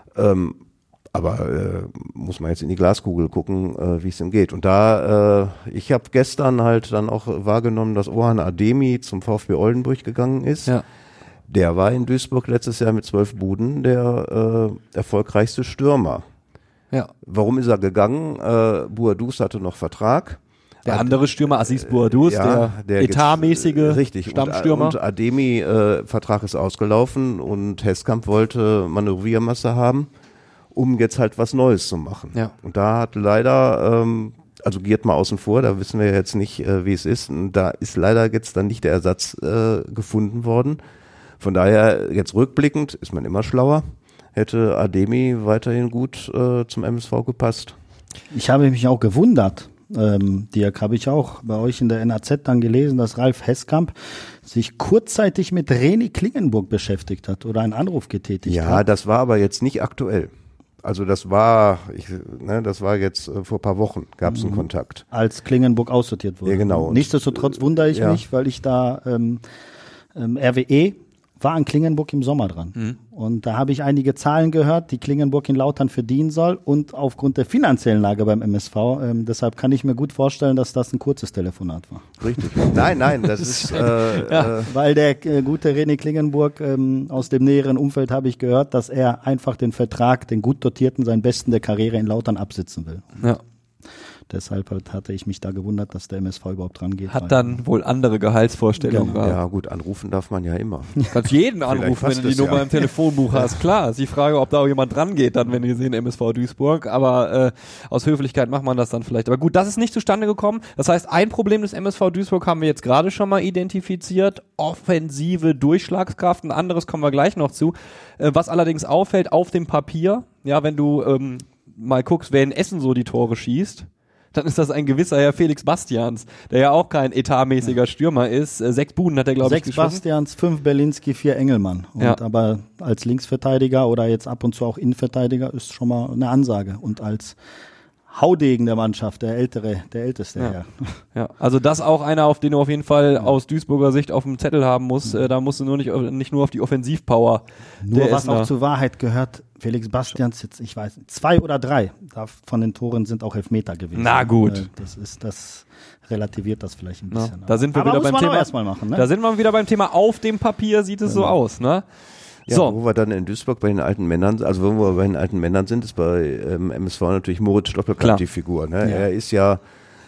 Aber muss man jetzt in die Glaskugel gucken, wie es ihm geht. Und ich habe gestern halt dann auch wahrgenommen, dass Orhan Ademi zum VfB Oldenburg gegangen ist. Ja. Der war in Duisburg letztes Jahr mit 12 Buden der erfolgreichste Stürmer. Ja. Warum ist er gegangen? Boadus hatte noch Vertrag. Der andere Stürmer, Aziz Boadus, der etatmäßige Stammstürmer. Und Ademi, Vertrag ist ausgelaufen und Heskamp wollte Manövriermasse haben, um jetzt halt was Neues zu machen. Ja. Und da hat leider, also Giert mal außen vor, da wissen wir ja jetzt nicht, wie es ist. Und da ist leider jetzt dann nicht der Ersatz gefunden worden. Von daher, jetzt rückblickend, ist man immer schlauer, hätte Ademi weiterhin gut zum MSV gepasst. Ich habe mich auch gewundert. Dirk, habe ich auch bei euch in der NAZ dann gelesen, dass Ralf Heskamp sich kurzzeitig mit René Klingenburg beschäftigt hat oder einen Anruf getätigt hat. Ja, das war aber jetzt nicht aktuell. Also das war jetzt vor ein paar Wochen gab es einen Kontakt. Als Klingenburg aussortiert wurde. Ja, genau. Nichtsdestotrotz wundere ich mich, weil ich da RWE war an Klingenburg im Sommer dran. Und da habe ich einige Zahlen gehört, die Klingenburg in Lautern verdienen soll und aufgrund der finanziellen Lage beim MSV. Deshalb kann ich mir gut vorstellen, dass das ein kurzes Telefonat war. Richtig. Nein, das ist Weil der gute René Klingenburg aus dem näheren Umfeld habe ich gehört, dass er einfach den Vertrag, den gut dotierten, seinen besten der Karriere in Lautern absitzen will. Ja. Deshalb hatte ich mich da gewundert, dass der MSV überhaupt rangeht. Hat dann wohl andere Gehaltsvorstellungen. Genau. ja gut, anrufen darf man ja immer. Du kannst jeden anrufen, wenn passt du die es Nummer ja. im Telefonbuch hast. Klar, ist die Frage, ob da auch jemand dran geht, dann, wenn die sehen MSV Duisburg. Aber aus Höflichkeit macht man das dann vielleicht. Aber gut, das ist nicht zustande gekommen. Das heißt, ein Problem des MSV Duisburg haben wir jetzt gerade schon mal identifiziert. Offensive Durchschlagskraft. Ein anderes kommen wir gleich noch zu. Was allerdings auffällt auf dem Papier, ja, wenn du mal guckst, wer in Essen so die Tore schießt, dann ist das ein gewisser Herr Felix Bastians, der ja auch kein etatmäßiger Stürmer ist. 6 Buden hat er, glaube ich, 6 geschossen. Bastians, 5 Berlinski, 4 Engelmann. Aber als Linksverteidiger oder jetzt ab und zu auch Innenverteidiger ist schon mal eine Ansage. Und als Haudegen der Mannschaft, der älteste Herr. Ja, also das auch einer, auf den du auf jeden Fall aus Duisburger Sicht auf dem Zettel haben musst. Da musst du nicht nur auf die Offensivpower Nur der was Essener. auch zur Wahrheit gehört, Felix Bastians, jetzt, ich weiß nicht, 2 oder 3 von den Toren sind auch Elfmeter gewesen. Na gut. Das relativiert das vielleicht ein bisschen. Da sind wir aber wieder muss beim man Thema. auch erstmal machen, ne? Da sind wir wieder beim Thema. Auf dem Papier sieht es so aus, ne? Ja, So. wo wir dann in Duisburg bei den alten Männern, also wo wir bei den alten Männern sind, ist bei MSV natürlich Moritz Stoppelkamp Klar. die Figur. Ne? Ja. Er ist ja,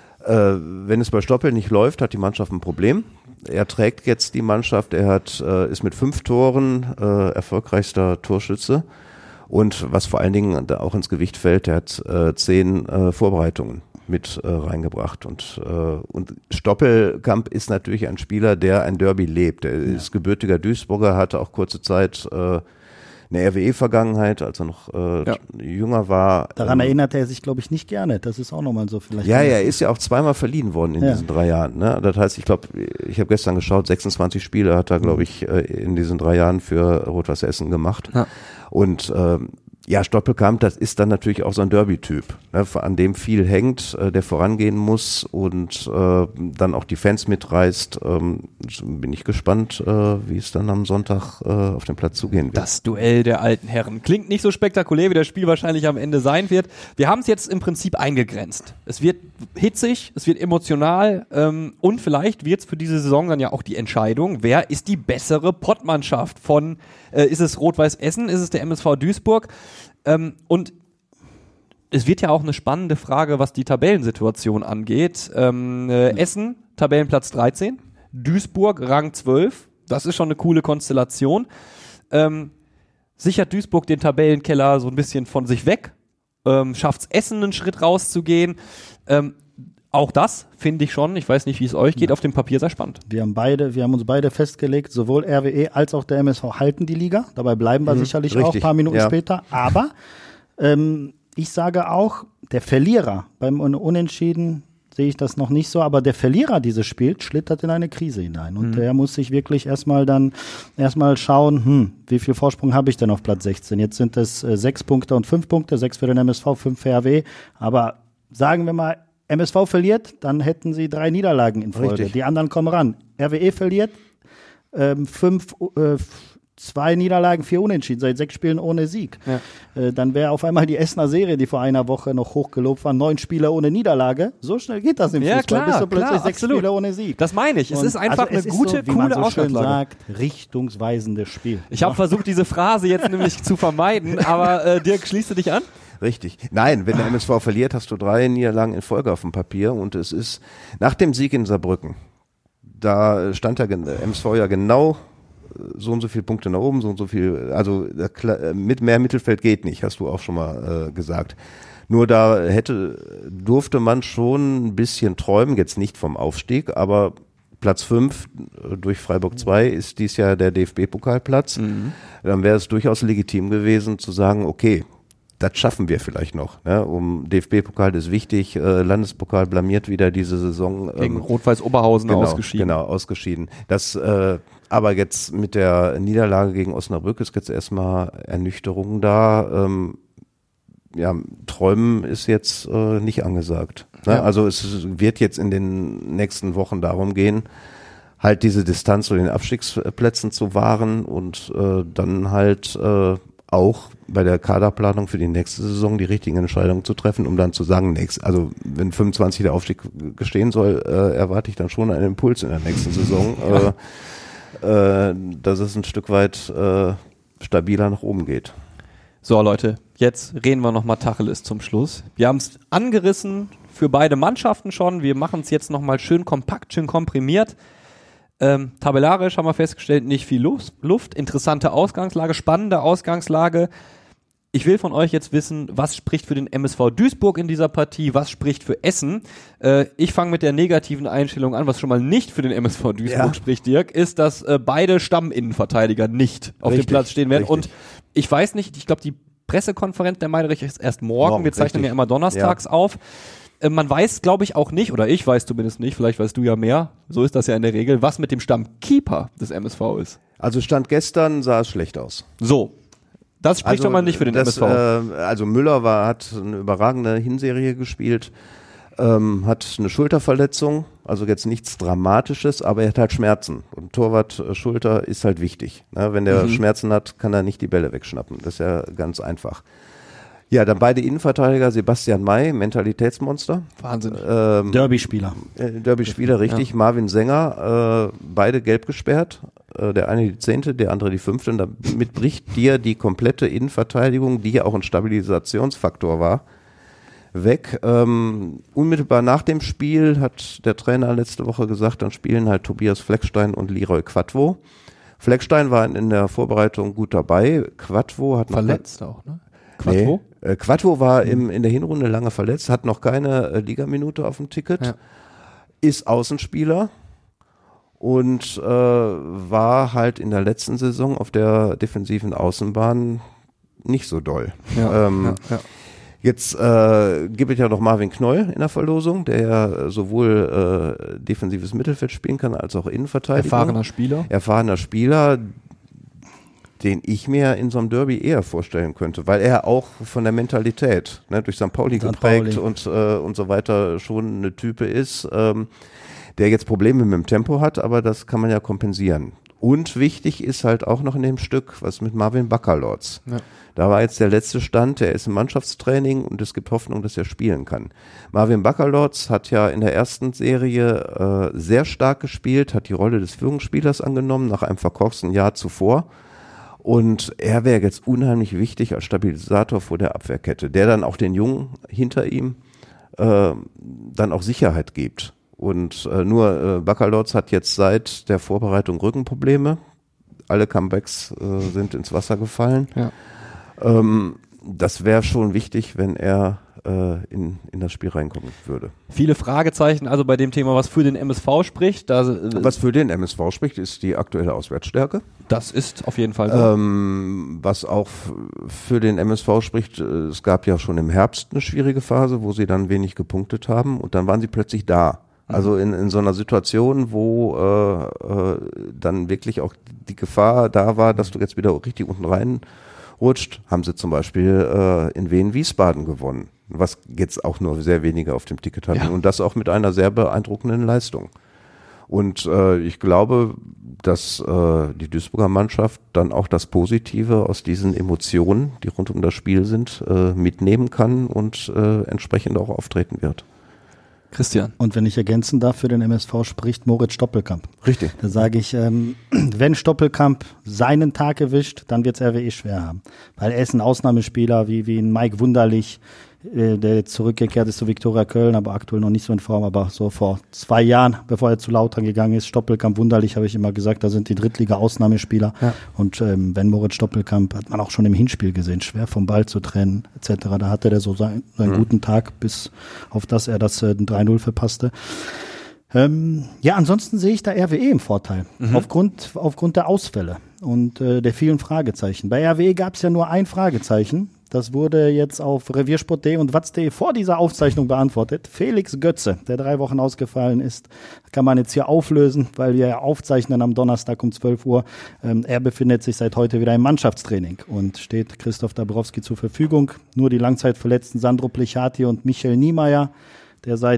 wenn es bei Stoppel nicht läuft, hat die Mannschaft ein Problem. Er trägt jetzt die Mannschaft, ist mit 5 Toren erfolgreichster Torschütze und was vor allen Dingen da auch ins Gewicht fällt, er hat 10 Vorbereitungen mit reingebracht und Stoppelkamp ist natürlich ein Spieler, der ein Derby lebt. Er ist gebürtiger Duisburger, hatte auch kurze Zeit eine RWE-Vergangenheit, als er noch jünger war. Daran erinnert er sich, glaube ich, nicht gerne. Das ist auch nochmal so vielleicht. Ja, er ist ja auch zweimal verliehen worden in diesen 3 Jahren. Ne? Das heißt, ich glaube, ich habe gestern geschaut, 26 Spiele hat er, glaube ich, in diesen 3 Jahren für Rot-Weiß Essen gemacht. Ja. Und ja, Stoppelkamp, das ist dann natürlich auch so ein Derby-Typ, ne, an dem viel hängt, der vorangehen muss und dann auch die Fans mitreißt. Bin ich gespannt, wie es dann am Sonntag auf dem Platz zugehen wird. Das Duell der alten Herren. Klingt nicht so spektakulär, wie das Spiel wahrscheinlich am Ende sein wird. Wir haben es jetzt im Prinzip eingegrenzt. Es wird hitzig, es wird emotional und vielleicht wird es für diese Saison dann ja auch die Entscheidung, wer ist die bessere Pottmannschaft von, ist es Rot-Weiß Essen, ist es der MSV Duisburg? Und es wird ja auch eine spannende Frage, was die Tabellensituation angeht. Essen, Tabellenplatz 13, Duisburg, Rang 12. Das ist schon eine coole Konstellation. Sichert Duisburg den Tabellenkeller so ein bisschen von sich weg? Schafft es Essen, einen Schritt rauszugehen? Auch das finde ich schon, ich weiß nicht, wie es euch geht, auf dem Papier sehr spannend. Wir haben uns beide festgelegt, sowohl RWE als auch der MSV halten die Liga. Dabei bleiben wir sicherlich auch ein paar Minuten später. Aber ich sage auch, der Verlierer beim Unentschieden sehe ich das noch nicht so, aber der Verlierer dieses Spiels schlittert in eine Krise hinein. Und der muss sich wirklich erstmal schauen, wie viel Vorsprung habe ich denn auf Platz 16? Jetzt sind es 6 Punkte und 5 Punkte, 6 für den MSV, 5 für RWE. Aber sagen wir mal, MSV verliert, dann hätten sie 3 Niederlagen in Folge. Richtig. Die anderen kommen ran. RWE verliert, 2 Niederlagen, 4 Unentschieden, seit 6 Spielen ohne Sieg. Ja. Dann wäre auf einmal die Essener Serie, die vor einer Woche noch hochgelobt war, 9 Spiele ohne Niederlage. So schnell geht das im Fußball. Klar, Bist du plötzlich 6 absolut. Spiele ohne Sieg. Das meine ich. Es ist einfach eine gute, so, wie man coole so schön Ausgangslage. sagt, richtungsweisendes Spiel. Ich habe versucht, diese Phrase jetzt nämlich zu vermeiden, aber Dirk, schließt du dich an? Richtig. Nein, wenn der MSV verliert, hast du 3 Niederlagen in Folge auf dem Papier und es ist nach dem Sieg in Saarbrücken, da stand der MSV ja genau so und so viele Punkte nach oben, so und so viel, also mit mehr Mittelfeld geht nicht, hast du auch schon mal gesagt. Nur da durfte man schon ein bisschen träumen, jetzt nicht vom Aufstieg, aber Platz 5 durch Freiburg 2 ist dies Jahr der DFB-Pokalplatz. Dann wäre es durchaus legitim gewesen zu sagen, okay, das schaffen wir vielleicht noch. Ne? DFB-Pokal ist wichtig, Landespokal blamiert wieder diese Saison. Gegen Rot-Weiß Oberhausen ausgeschieden. Genau, ausgeschieden. Das, aber jetzt mit der Niederlage gegen Osnabrück ist jetzt erstmal Ernüchterung da. Träumen ist jetzt nicht angesagt. Ne? Ja. Also es wird jetzt in den nächsten Wochen darum gehen, halt diese Distanz zu den Abstiegsplätzen zu wahren und dann halt auch bei der Kaderplanung für die nächste Saison die richtigen Entscheidungen zu treffen, um dann zu sagen, also wenn 25 der Aufstieg gestehen soll, erwarte ich dann schon einen Impuls in der nächsten Saison, dass es ein Stück weit stabiler nach oben geht. So Leute, jetzt reden wir nochmal Tacheles zum Schluss. Wir haben es angerissen für beide Mannschaften schon, wir machen es jetzt nochmal schön kompakt, schön komprimiert. Tabellarisch haben wir festgestellt, nicht viel Luft, interessante Ausgangslage, spannende Ausgangslage. Ich will von euch jetzt wissen, was spricht für den MSV Duisburg in dieser Partie, was spricht für Essen. Ich fange mit der negativen Einstellung an, was schon mal nicht für den MSV Duisburg spricht, Dirk, ist, dass beide Stamminnenverteidiger nicht auf dem Platz stehen werden. Und ich weiß nicht, ich glaube, die Pressekonferenz der Meiderich ist erst morgen. Wir zeichnen ja immer donnerstags auf. Man weiß, glaube ich, auch nicht, oder ich weiß zumindest nicht, vielleicht weißt du ja mehr, so ist das ja in der Regel, was mit dem Stammkeeper des MSV ist. Also Stand gestern sah es schlecht aus. So, das spricht schon mal nicht für den MSV. Also Müller hat eine überragende Hinserie gespielt, hat eine Schulterverletzung, also jetzt nichts Dramatisches, aber er hat halt Schmerzen. Und Torwart Schulter ist halt wichtig. Ne? Wenn der Schmerzen hat, kann er nicht die Bälle wegschnappen. Das ist ja ganz einfach. Ja, dann beide Innenverteidiger, Sebastian May, Mentalitätsmonster. Wahnsinn. Derby-Spieler. Derby-Spieler, richtig. Ja. Marvin Sänger, beide gelb gesperrt. Der eine die 10., der andere die 5. Und damit bricht dir die komplette Innenverteidigung, die ja auch ein Stabilisationsfaktor war, weg. Unmittelbar nach dem Spiel hat der Trainer letzte Woche gesagt, dann spielen halt Tobias Fleckstein und Leroy Quadvo. Fleckstein war in der Vorbereitung gut dabei. Quadvo hat verletzt auch, ne? Quadvo? Nee, Quadvo war in der Hinrunde lange verletzt, hat noch keine Ligaminute auf dem Ticket, ist Außenspieler und war halt in der letzten Saison auf der defensiven Außenbahn nicht so doll. Jetzt gibt es ja noch Marvin Knoll in der Verlosung, der ja sowohl defensives Mittelfeld spielen kann, als auch Innenverteidigung. Erfahrener Spieler, den ich mir in so einem Derby eher vorstellen könnte, weil er auch von der Mentalität, ne, durch St. Pauli geprägt und so weiter schon eine Type ist, der jetzt Probleme mit dem Tempo hat, aber das kann man ja kompensieren. Und wichtig ist halt auch noch in dem Stück, was mit Marvin Baccalords. Ja. Da war jetzt der letzte Stand, der ist im Mannschaftstraining und es gibt Hoffnung, dass er spielen kann. Marvin Baccalords hat ja in der ersten Serie sehr stark gespielt, hat die Rolle des Führungsspielers angenommen, nach einem verkorksten Jahr zuvor. Und er wäre jetzt unheimlich wichtig als Stabilisator vor der Abwehrkette, der dann auch den Jungen hinter ihm dann auch Sicherheit gibt. Und nur Baccalords hat jetzt seit der Vorbereitung Rückenprobleme. Alle Comebacks sind ins Wasser gefallen. Ja. Das wäre schon wichtig, wenn er in das Spiel reinkommen würde. Viele Fragezeichen also bei dem Thema, was für den MSV spricht. Was für den MSV spricht, ist die aktuelle Auswärtsstärke. Das ist auf jeden Fall so. Was auch für den MSV spricht, es gab ja schon im Herbst eine schwierige Phase, wo sie dann wenig gepunktet haben und dann waren sie plötzlich da. Also in so einer Situation, wo dann wirklich auch die Gefahr da war, dass du jetzt wieder richtig unten reinrutscht, haben sie zum Beispiel in Wien-Wiesbaden gewonnen, was jetzt auch nur sehr wenige auf dem Ticket hatten und das auch mit einer sehr beeindruckenden Leistung. Und ich glaube, dass die Duisburger Mannschaft dann auch das Positive aus diesen Emotionen, die rund um das Spiel sind, mitnehmen kann und entsprechend auch auftreten wird. Christian. Und wenn ich ergänzen darf, für den MSV spricht Moritz Stoppelkamp. Richtig. Da sage ich, wenn Stoppelkamp seinen Tag erwischt, dann wird es RWE schwer haben. Weil er ist ein Ausnahmespieler, wie ein Mike Wunderlich, der jetzt zurückgekehrt ist zu Viktoria Köln, aber aktuell noch nicht so in Form, aber so vor 2 Jahren, bevor er zu Lautern gegangen ist, Stoppelkamp, Wunderlich, habe ich immer gesagt, da sind die Drittliga-Ausnahmespieler. Ja. Und wenn Moritz Stoppelkamp, hat man auch schon im Hinspiel gesehen, schwer vom Ball zu trennen, etc. Da hatte der so seinen guten Tag, bis auf das er das 3-0 verpasste. Ansonsten sehe ich da RWE im Vorteil, aufgrund der Ausfälle und der vielen Fragezeichen. Bei RWE gab es ja nur ein Fragezeichen. Das wurde jetzt auf reviersport.de und watz.de vor dieser Aufzeichnung beantwortet. Felix Götze, der 3 Wochen ausgefallen ist, kann man jetzt hier auflösen, weil wir ja aufzeichnen am Donnerstag um 12 Uhr. Er befindet sich seit heute wieder im Mannschaftstraining und steht Christoph Dabrowski zur Verfügung. Nur die Langzeitverletzten Sandro Plichati und Michael Niemeyer, der seit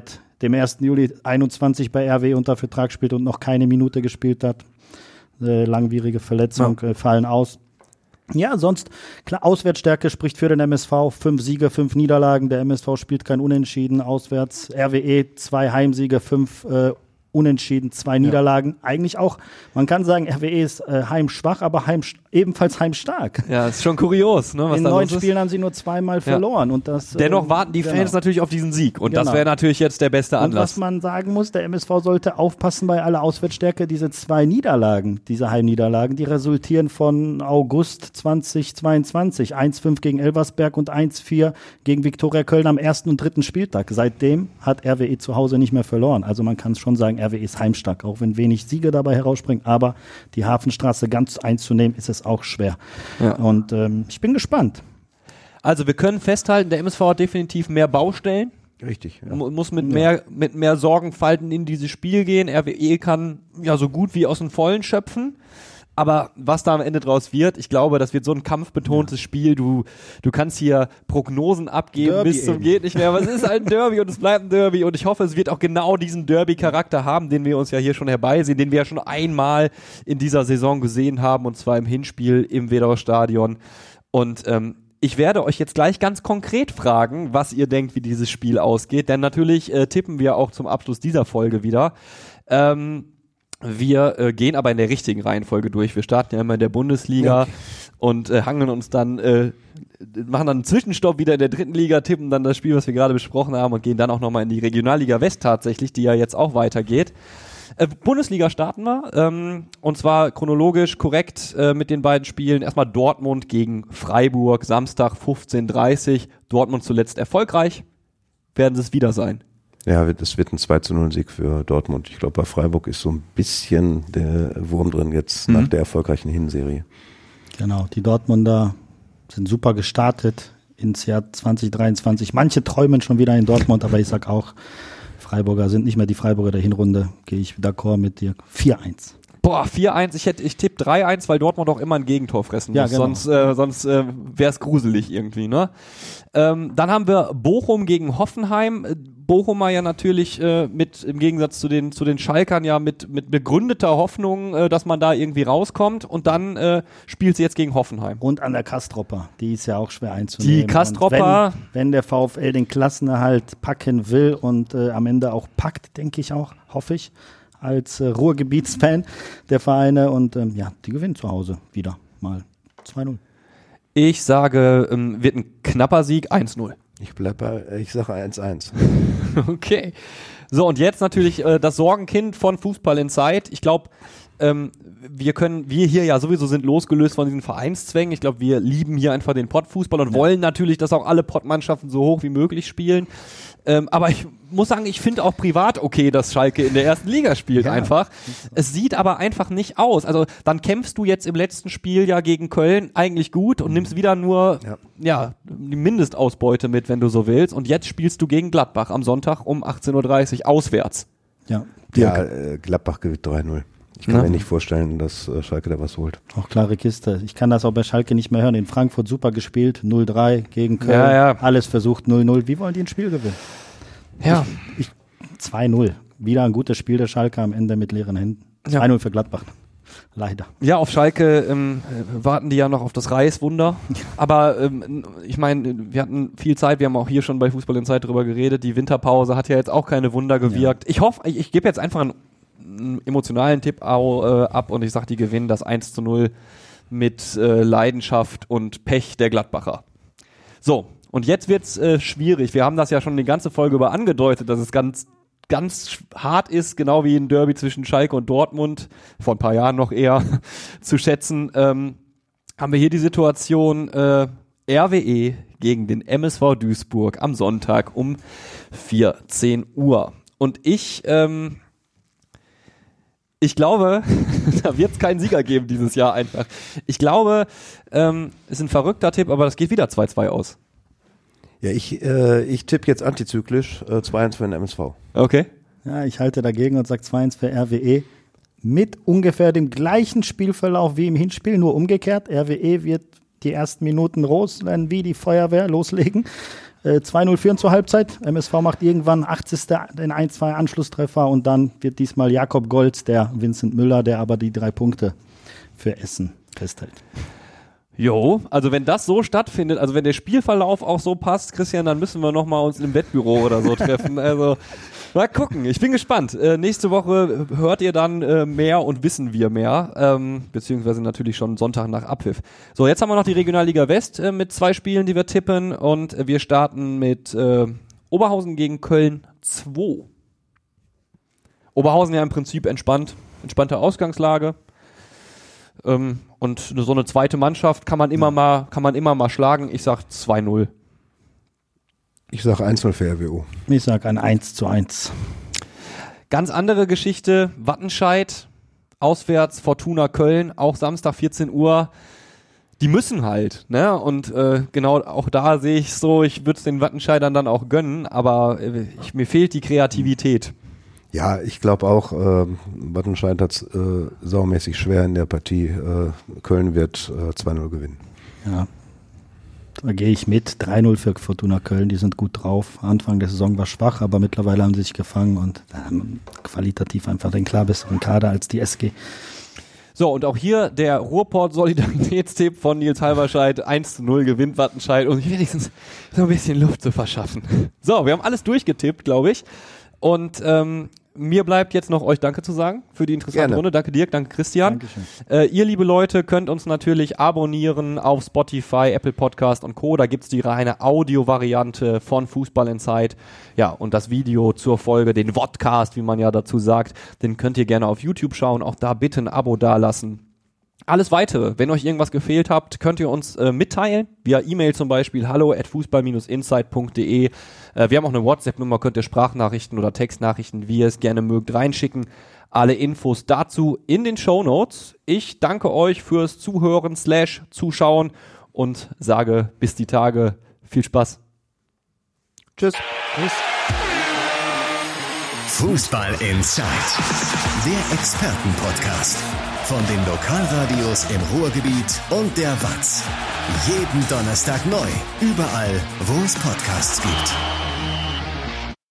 dem 1. Juli 21 bei RWE unter Vertrag spielt und noch keine Minute gespielt hat. Langwierige Verletzung, fallen aus. Ja, sonst, klar, Auswärtsstärke spricht für den MSV. 5 Siege, 5 Niederlagen. Der MSV spielt kein Unentschieden auswärts. RWE 2 Heimsiege, 5 Unentschieden, 2 Niederlagen. Eigentlich auch, man kann sagen, RWE ist heimschwach, aber ebenfalls heimstark. Ja, ist schon kurios, ne, was in da 9 los ist. Spielen haben sie nur 2-mal verloren. Und das, dennoch warten die Fans natürlich auf diesen Sieg. Und das wäre natürlich jetzt der beste Anlass. Und was man sagen muss, der MSV sollte aufpassen bei aller Auswärtsstärke. Diese 2 Niederlagen, diese Heimniederlagen, die resultieren von August 2022. 1-5 gegen Elversberg und 1-4 gegen Viktoria Köln am 1. und 3. Spieltag. Seitdem hat RWE zu Hause nicht mehr verloren. Also man kann es schon sagen, RWE ist heimstark, auch wenn wenig Siege dabei herausspringen. Aber die Hafenstraße ganz einzunehmen, ist es auch schwer. Ja. Und ich bin gespannt. Also wir können festhalten, der MSV hat definitiv mehr Baustellen. Richtig. Ja. Muss mit mehr Sorgenfalten in dieses Spiel gehen. RWE kann ja so gut wie aus dem Vollen schöpfen. Aber was da am Ende draus wird, ich glaube, das wird so ein kampfbetontes Spiel. Du kannst hier Prognosen abgeben Derby bis zum geht nicht mehr. Aber es ist halt ein Derby und es bleibt ein Derby. Und ich hoffe, es wird auch genau diesen Derby-Charakter haben, den wir uns ja hier schon herbeisehen, den wir ja schon einmal in dieser Saison gesehen haben, und zwar im Hinspiel im Wedauer Stadion. Und ich werde euch jetzt gleich ganz konkret fragen, was ihr denkt, wie dieses Spiel ausgeht. Denn natürlich tippen wir auch zum Abschluss dieser Folge wieder. Wir gehen aber in der richtigen Reihenfolge durch. Wir starten ja immer in der Bundesliga und hangeln uns dann, machen dann einen Zwischenstopp wieder in der 3. Liga, tippen dann das Spiel, was wir gerade besprochen haben, und gehen dann auch nochmal in die Regionalliga West tatsächlich, die ja jetzt auch weitergeht. Bundesliga starten wir, und zwar chronologisch korrekt mit den beiden Spielen. Erstmal Dortmund gegen Freiburg, Samstag 15:30. Dortmund zuletzt erfolgreich. Werden sie es wieder sein? Ja, das wird ein 2-0-Sieg für Dortmund. Ich glaube, bei Freiburg ist so ein bisschen der Wurm drin jetzt nach der erfolgreichen Hinserie. Genau, die Dortmunder sind super gestartet ins Jahr 2023. Manche träumen schon wieder in Dortmund, aber ich sag auch, Freiburger sind nicht mehr die Freiburger der Hinrunde. Gehe ich d'accord mit dir. 4-1. Boah, 4-1. Ich tippe 3-1, weil Dortmund auch immer ein Gegentor fressen muss. Ja, genau. Sonst wäre es gruselig irgendwie, ne? Dann haben wir Bochum gegen Hoffenheim. Bochumer ja natürlich mit, im Gegensatz zu den Schalkern, ja mit begründeter Hoffnung, dass man da irgendwie rauskommt. Und dann spielt sie jetzt gegen Hoffenheim. Und an der Kastropper. Die ist ja auch schwer einzunehmen. Die Kastropper. Wenn der VfL den Klassenerhalt packen will und am Ende auch packt, denke ich auch, hoffe ich, als Ruhrgebietsfan der Vereine, und die gewinnen zu Hause wieder mal 2-0. Ich sage, wird ein knapper Sieg, 1-0. Ich sage 1-1. Okay. So, und jetzt natürlich das Sorgenkind von Fußball Inside. Ich glaube, wir hier ja sowieso sind losgelöst von diesen Vereinszwängen. Ich glaube, wir lieben hier einfach den Pottfußball und wollen natürlich, dass auch alle Pottmannschaften so hoch wie möglich spielen. Aber ich muss sagen, ich finde auch privat okay, dass Schalke in der 1. Liga spielt einfach. Es sieht aber einfach nicht aus. Also dann kämpfst du jetzt im letzten Spiel ja gegen Köln eigentlich gut und nimmst wieder nur die Mindestausbeute mit, wenn du so willst. Und jetzt spielst du gegen Gladbach am Sonntag um 18:30 Uhr auswärts. Ja, Gladbach gewinnt 3-0. Ich kann mir nicht vorstellen, dass Schalke da was holt. Auch klare Kiste. Ich kann das auch bei Schalke nicht mehr hören. In Frankfurt super gespielt, 0-3 gegen Köln. Alles versucht, 0-0. Wie wollen die ein Spiel gewinnen? Ja. 2-0. Wieder ein gutes Spiel der Schalke am Ende mit leeren Händen. 2-0 für Gladbach. Leider. Ja, auf Schalke warten die ja noch auf das Reiswunder. Aber ich meine, wir hatten viel Zeit. Wir haben auch hier schon bei Fußball Inside drüber geredet. Die Winterpause hat ja jetzt auch keine Wunder gewirkt. Ich hoffe, ich gebe jetzt einfach einen emotionalen Tipp ab und ich sage, die gewinnen das 1-0 mit Leidenschaft und Pech der Gladbacher. So, und jetzt wird's schwierig. Wir haben das ja schon die ganze Folge über angedeutet, dass es ganz hart ist, genau wie ein Derby zwischen Schalke und Dortmund, vor ein paar Jahren noch eher zu schätzen. Haben wir hier die Situation RWE gegen den MSV Duisburg am Sonntag um 14 Uhr. Und ich glaube, da wird es keinen Sieger geben dieses Jahr einfach. Ich glaube, ist ein verrückter Tipp, aber das geht wieder 2-2 aus. Ja, ich tippe jetzt antizyklisch 2-1 für den MSV. Okay. Ja, ich halte dagegen und sage 2-1 für RWE. Mit ungefähr dem gleichen Spielverlauf wie im Hinspiel, nur umgekehrt. RWE wird die ersten Minuten losrennen wie die Feuerwehr, loslegen. 2-0 führen zur Halbzeit. MSV macht irgendwann 80. den 1-2 Anschlusstreffer und dann wird diesmal Jakob Golz der Vincent Müller, der aber die 3 Punkte für Essen festhält. Jo, also wenn das so stattfindet, also wenn der Spielverlauf auch so passt, Christian, dann müssen wir nochmal uns im Wettbüro oder so treffen. Also mal gucken, ich bin gespannt. Nächste Woche hört ihr dann mehr und wissen wir mehr, beziehungsweise natürlich schon Sonntag nach Abpfiff. So, jetzt haben wir noch die Regionalliga West mit 2 Spielen, die wir tippen und wir starten mit Oberhausen gegen Köln 2. Oberhausen ja im Prinzip entspannte Ausgangslage. Und so eine zweite Mannschaft kann man immer mal schlagen. Ich sag 2-0. Ich sag 1-0 für RWO. Ich sag ein 1-1. Ganz andere Geschichte. Wattenscheid, auswärts Fortuna Köln, auch Samstag 14 Uhr. Die müssen halt, ne? Und genau auch da sehe ich so, ich würde es den Wattenscheidern dann auch gönnen, aber mir fehlt die Kreativität. Ja, ich glaube auch, Wattenscheid hat es saumäßig schwer in der Partie. Köln wird 2-0 gewinnen. Ja, da gehe ich mit. 3-0 für Fortuna Köln, die sind gut drauf. Anfang der Saison war schwach, aber mittlerweile haben sie sich gefangen und qualitativ einfach den klar besseren Kader als die SG. So, und auch hier der Ruhrpott-Solidaritätstipp von Nils Halberscheid. 1-0 gewinnt Wattenscheid, um sich wenigstens so ein bisschen Luft zu verschaffen. So, wir haben alles durchgetippt, glaube ich. Und mir bleibt jetzt noch euch Danke zu sagen für die interessante Runde. Danke Dirk, danke Christian. Ihr, liebe Leute, könnt uns natürlich abonnieren auf Spotify, Apple Podcast und Co. Da gibt's die reine Audio-Variante von Fußball Inside. Ja, und das Video zur Folge, den Vodcast, wie man ja dazu sagt, den könnt ihr gerne auf YouTube schauen. Auch da bitte ein Abo dalassen. Alles Weitere, wenn euch irgendwas gefehlt habt, könnt ihr uns mitteilen, via E-Mail zum Beispiel hallo@fußball-insight.de. Wir haben auch eine WhatsApp-Nummer, könnt ihr Sprachnachrichten oder Textnachrichten, wie ihr es gerne mögt, reinschicken. Alle Infos dazu in den Shownotes. Ich danke euch fürs Zuhören / Zuschauen und sage bis die Tage. Viel Spaß. Tschüss. Fußball Inside, der Expertenpodcast von den Lokalradios im Ruhrgebiet und der WAZ. Jeden Donnerstag neu, überall, wo es Podcasts gibt.